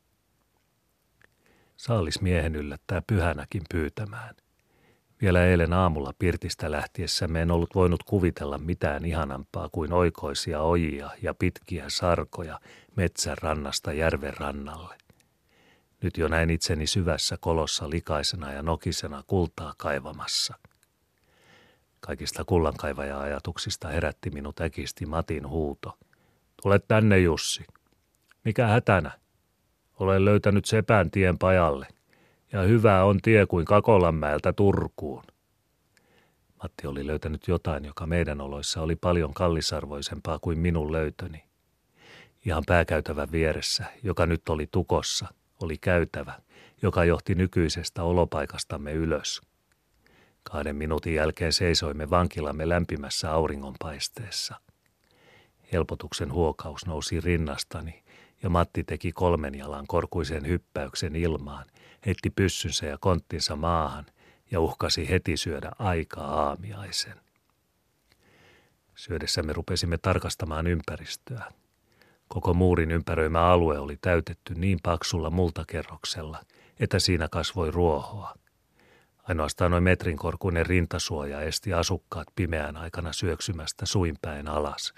Saalis miehen yllättää pyhänäkin pyytämään. Vielä eilen aamulla pirtistä lähtiessämme en ollut voinut kuvitella mitään ihanampaa kuin oikoisia ojia ja pitkiä sarkoja metsän rannasta järven rannalle. Nyt jo näin itseni syvässä kolossa likaisena ja nokisena kultaa kaivamassa. Kaikista kullankaivaja-ajatuksista herätti minut äkisti Matin huuto. Tule tänne, Jussi. Mikä hätänä? Olen löytänyt sepän tien pajalle. Ja hyvä on tie kuin Kakolanmäeltä Turkuun. Matti oli löytänyt jotain, joka meidän oloissa oli paljon kallisarvoisempaa kuin minun löytöni. Ihan pääkäytävän vieressä, joka nyt oli tukossa, oli käytävä, joka johti nykyisestä olopaikastamme ylös. Kahden minuutin jälkeen seisoimme vankilamme lämpimässä auringonpaisteessa. Helpotuksen huokaus nousi rinnastani ja Matti teki kolmen jalan korkuisen hyppäyksen ilmaan, heitti pyssynsä ja konttinsa maahan ja uhkasi heti syödä aika aamiaisen. Syödessämme rupesimme tarkastamaan ympäristöä. Koko muurin ympäröimä alue oli täytetty niin paksulla multakerroksella, että siinä kasvoi ruohoa. Ainoastaan noin metrin korkuinen rintasuoja esti asukkaat pimeän aikana syöksymästä suinpäin alas.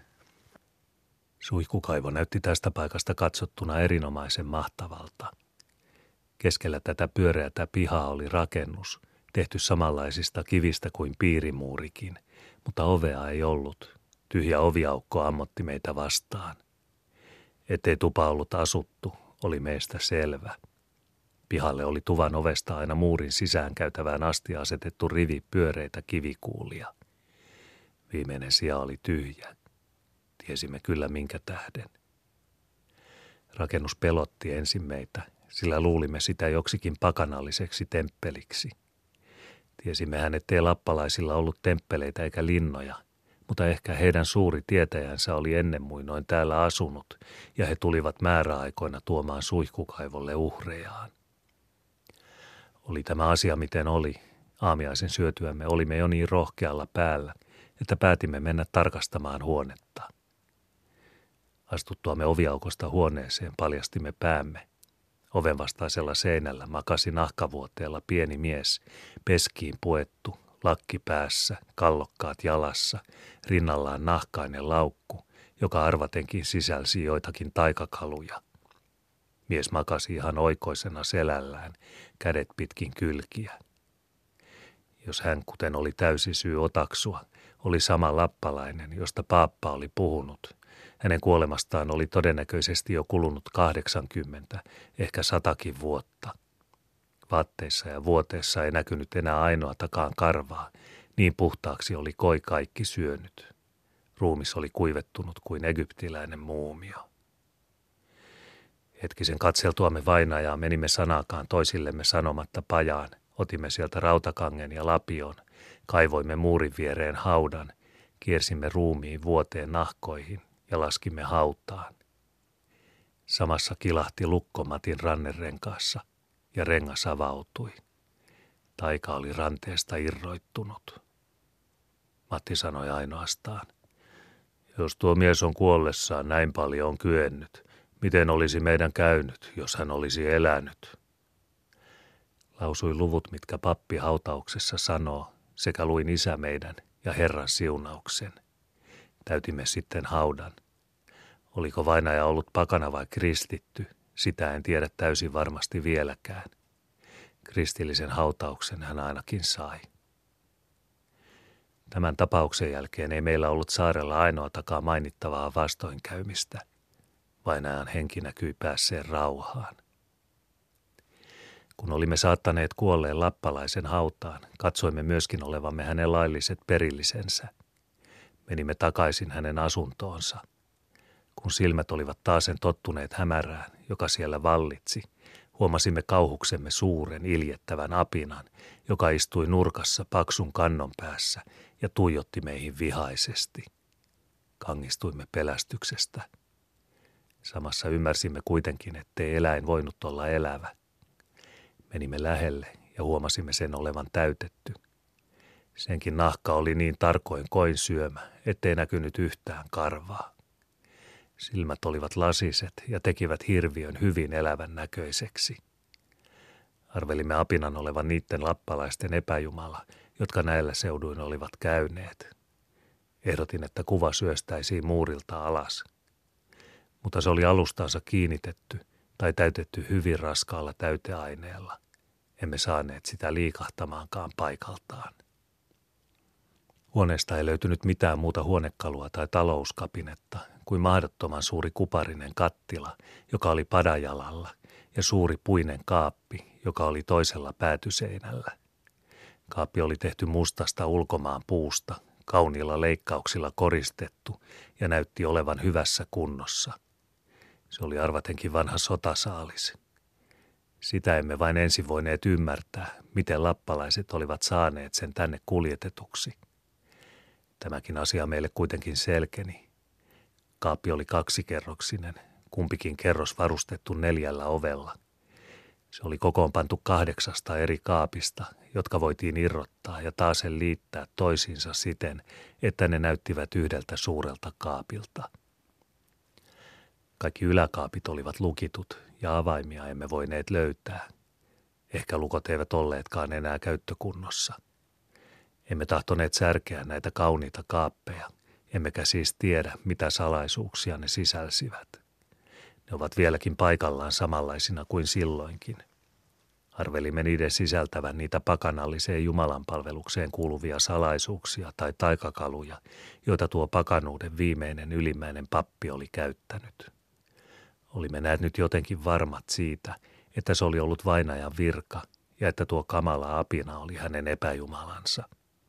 Suihkukaivo näytti tästä paikasta katsottuna erinomaisen mahtavalta. Keskellä tätä pyöreätä pihaa oli rakennus, tehty samanlaisista kivistä kuin piirimuurikin, mutta ovea ei ollut. Tyhjä oviaukko ammotti meitä vastaan. Ettei tupa ollut asuttu, oli meistä selvä. Pihalle oli tuvan ovesta aina muurin sisään käytävään asti asetettu rivi pyöreitä kivikuulia. Viimeinen sija oli tyhjä. Tiesimme kyllä minkä tähden. Rakennus pelotti ensin meitä, sillä luulimme sitä joksikin pakanalliseksi temppeliksi. Tiesimmehän, ettei lappalaisilla ollut temppeleitä eikä linnoja, mutta ehkä heidän suuri tietäjänsä oli ennen muinoin täällä asunut, ja he tulivat määräaikoina tuomaan suihkukaivolle uhrejaan. Oli tämä asia miten oli. Aamiaisen syötyämme olimme jo niin rohkealla päällä, että päätimme mennä tarkastamaan huonetta. Astuttuamme oviaukosta huoneeseen paljastimme päämme. Oven vastaisella seinällä makasi nahkavuoteella pieni mies, peskiin puettu, lakki päässä, kallokkaat jalassa, rinnallaan nahkainen laukku, joka arvatenkin sisälsi joitakin taikakaluja. Mies makasi ihan oikoisena selällään, kädet pitkin kylkiä. Jos hän, kuten oli täysi syy otaksua, oli sama lappalainen, josta paappa oli puhunut, hänen kuolemastaan oli todennäköisesti jo kulunut kahdeksankymmentä, ehkä satakin vuotta. Vaatteissa ja vuoteessa ei näkynyt enää ainoatakaan karvaa, niin puhtaaksi oli koi kaikki syönyt. Ruumis oli kuivettunut kuin egyptiläinen muumio. Hetkisen katseltuamme vainajaa menimme sanaakaan toisillemme sanomatta pajaan, otimme sieltä rautakangen ja lapion, kaivoimme muurin viereen haudan, kiersimme ruumiin vuoteen nahkoihin ja laskimme hautaan. Samassa kilahti lukko Matin rannerenkaassa ja rengas avautui. Taika oli ranteesta irroittunut. Matti sanoi ainoastaan, jos tuo mies on kuollessaan näin paljon on kyennyt, miten olisi meidän käynyt, jos hän olisi elänyt? Lausui luvut, mitkä pappi hautauksessa sanoo, sekä luin isä meidän ja Herran siunauksen. Täytimme sitten haudan. Oliko vainaja ollut pakana vai kristitty, sitä en tiedä täysin varmasti vieläkään. Kristillisen hautauksen hän ainakin sai. Tämän tapauksen jälkeen ei meillä ollut saarella ainoatakaan mainittavaa vastoinkäymistä. Vainajan henki näkyi päässeen rauhaan. Kun olimme saattaneet kuolleen lappalaisen hautaan, katsoimme myöskin olevamme hänen lailliset perillisensä. Menimme takaisin hänen asuntoonsa. Kun silmät olivat taasen tottuneet hämärään, joka siellä vallitsi, huomasimme kauhuksemme suuren iljettävän apinan, joka istui nurkassa paksun kannon päässä ja tuijotti meihin vihaisesti. Kangistuimme pelästyksestä. Samassa ymmärsimme kuitenkin, ettei eläin voinut olla elävä. Menimme lähelle ja huomasimme sen olevan täytetty. Senkin nahka oli niin tarkoin koin syömä, ettei näkynyt yhtään karvaa. Silmät olivat lasiset ja tekivät hirviön hyvin elävän näköiseksi. Arvelimme apinan olevan niiden lappalaisten epäjumala, jotka näillä seuduin olivat käyneet. Ehdotin, että kuva syöstäisiin muurilta alas. Mutta se oli alustansa kiinnitetty tai täytetty hyvin raskaalla täyteaineella. Emme saaneet sitä liikahtamaankaan paikaltaan. Huoneesta ei löytynyt mitään muuta huonekalua tai talouskapinetta kuin mahdottoman suuri kuparinen kattila, joka oli padajalalla, ja suuri puinen kaappi, joka oli toisella päätyseinällä. Kaappi oli tehty mustasta ulkomaan puusta, kauniilla leikkauksilla koristettu ja näytti olevan hyvässä kunnossa. Se oli arvatenkin vanha sotasaalis. Sitä emme vain ensin voineet ymmärtää, miten lappalaiset olivat saaneet sen tänne kuljetetuksi. Tämäkin asia meille kuitenkin selkeni. Kaappi oli kaksikerroksinen, kumpikin kerros varustettu neljällä ovella. Se oli kokoonpantu kahdeksasta eri kaapista, jotka voitiin irrottaa ja taasen liittää toisiinsa siten, että ne näyttivät yhdeltä suurelta kaapilta. Kaikki yläkaapit olivat lukitut ja avaimia emme voineet löytää. Ehkä lukot eivät olleetkaan enää käyttökunnossa. Emme tahtoneet särkeä näitä kauniita kaappeja, emmekä siis tiedä, mitä salaisuuksia ne sisälsivät. Ne ovat vieläkin paikallaan samanlaisina kuin silloinkin. Arvelimme niiden sisältävän niitä pakanalliseen jumalanpalvelukseen kuuluvia salaisuuksia tai taikakaluja, joita tuo pakanuuden viimeinen ylimmäinen pappi oli käyttänyt. Olimme näet nyt jotenkin varmat siitä, että se oli ollut vainajan virka ja että tuo kamala apina oli hänen epäjumalansa.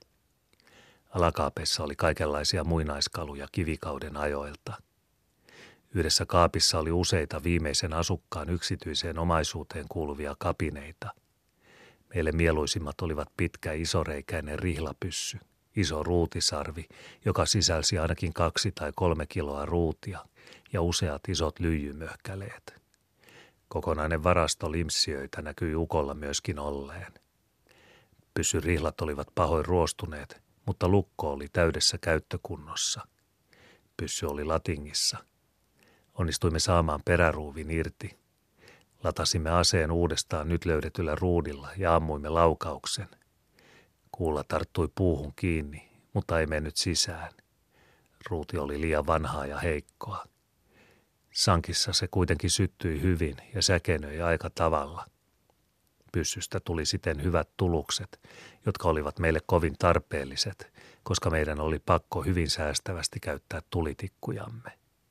Alakaapeissa oli kaikenlaisia muinaiskaluja kivikauden ajoilta. Yhdessä kaapissa oli useita viimeisen asukkaan yksityiseen omaisuuteen kuuluvia kapineita. Meille mieluisimmat olivat pitkä isoreikäinen rihlapyssy, iso ruutisarvi, joka sisälsi ainakin kaksi tai kolme kiloa ruutia ja useat isot lyijymöhkäleet. Kokonainen varasto limpsiöitä näkyi ukolla myöskin olleen. Pyssyn rihlat olivat pahoin ruostuneet, mutta lukko oli täydessä käyttökunnossa. Pyssy oli latingissa. Onnistuimme saamaan peräruuvin irti. Latasimme aseen uudestaan nyt löydetyllä ruudilla ja ammuimme laukauksen. Kuulla tarttui puuhun kiinni, mutta ei mennyt sisään. Ruuti oli liian vanhaa ja heikkoa. Sankissa se kuitenkin syttyi hyvin ja säkenöi aika tavalla. Pyssystä tuli siten hyvät tulukset, jotka olivat meille kovin tarpeelliset, koska meidän oli pakko hyvin säästävästi käyttää tulitikkujamme.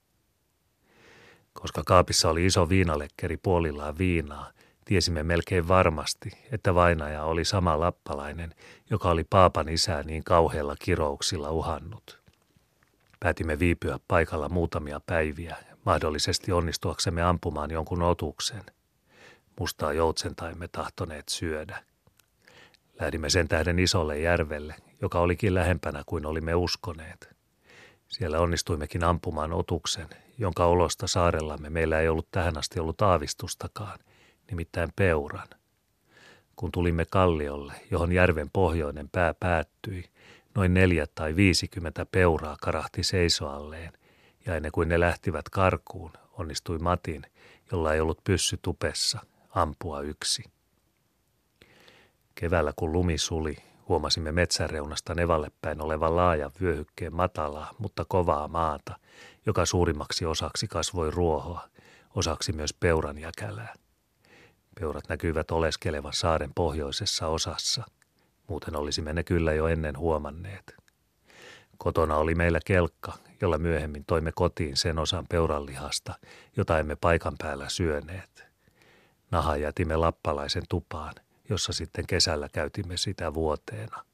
Koska kaapissa oli iso viinalekkeri puolillaan viinaa, tiesimme melkein varmasti, että vainaja oli sama lappalainen, joka oli paapan isää niin kauheilla kirouksilla uhannut. Päätimme viipyä paikalla muutamia päiviä, mahdollisesti onnistuaksemme ampumaan jonkun otuksen. Mustaa joutsenta emme tahtoneet syödä. Lähdimme sen tähden isolle järvelle, joka olikin lähempänä kuin olimme uskoneet. Siellä onnistuimmekin ampumaan otuksen, jonka olosta saarellamme meillä ei ollut tähän asti ollut aavistustakaan, nimittäin peuran. Kun tulimme kalliolle, johon järven pohjoinen pää päättyi, noin neljä tai viisikymmentä peuraa karahti seisoalleen, ja ennen kuin ne lähtivät karkuun, onnistui Matin, jolla ei ollut pyssy tupessa, ampua yksi. Keväällä kun lumi suli, huomasimme metsäreunasta nevalle päin olevan laajan vyöhykkeen matalaa, mutta kovaa maata, joka suurimmaksi osaksi kasvoi ruohoa, osaksi myös peuran jäkälää. Peurat näkyivät oleskelevan saaren pohjoisessa osassa. Muuten olisimme ne kyllä jo ennen huomanneet. Kotona oli meillä kelkka, jolla myöhemmin toimme kotiin sen osan peuranlihasta, jota emme paikan päällä syöneet. Naha jätimme lappalaisen tupaan, jossa sitten kesällä käytimme sitä vuoteena.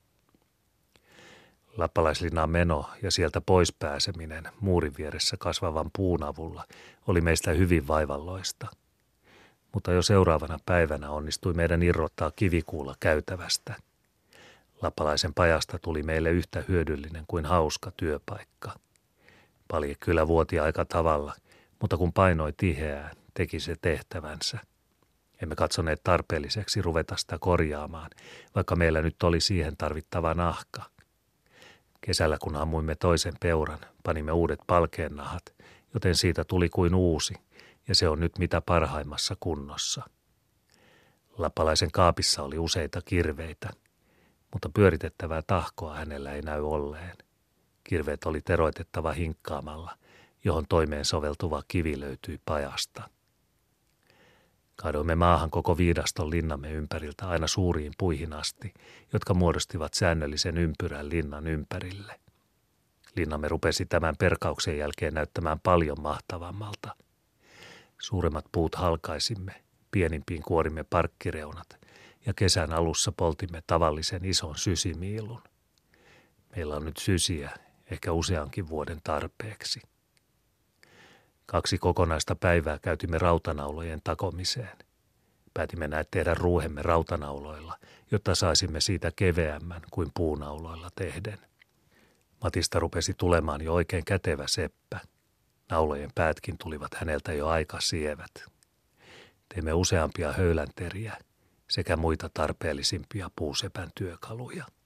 Lappalaislinnaan meno ja sieltä pois pääseminen muurin vieressä kasvavan puun avulla oli meistä hyvin vaivalloista. Mutta jo seuraavana päivänä onnistui meidän irrottaa kivikuulla käytävästä. Lappalaisen pajasta tuli meille yhtä hyödyllinen kuin hauska työpaikka. Palje kyllä vuoti aika tavalla, mutta kun painoi tiheään, teki se tehtävänsä. Emme katsoneet tarpeelliseksi ruveta sitä korjaamaan, vaikka meillä nyt oli siihen tarvittava nahka. Kesällä kun ammuimme toisen peuran, panimme uudet palkeennahat, joten siitä tuli kuin uusi, ja se on nyt mitä parhaimmassa kunnossa. Lappalaisen kaapissa oli useita kirveitä, mutta pyöritettävää tahkoa hänellä ei näy olleen. Kirveet oli teroitettava hinkkaamalla, johon toimeen soveltuva kivi löytyi pajasta. Kaadoimme maahan koko viidaston linnamme ympäriltä aina suuriin puihin asti, jotka muodostivat säännöllisen ympyrän linnan ympärille. Linnamme rupesi tämän perkauksen jälkeen näyttämään paljon mahtavammalta. Suuremmat puut halkaisimme, pienimpiin kuorimme parkkireunat ja kesän alussa poltimme tavallisen ison sysimiilun. Meillä on nyt sysiä, ehkä useankin vuoden tarpeeksi. Kaksi kokonaista päivää käytimme rautanaulojen takomiseen. Päätimme näet tehdä ruuhemme rautanauloilla, jotta saisimme siitä keveämmän kuin puunauloilla tehden. Matista rupesi tulemaan jo oikein kätevä seppä. Naulojen päätkin tulivat häneltä jo aika sievät. Teimme useampia höylänteriä sekä muita tarpeellisimpia puusepän työkaluja.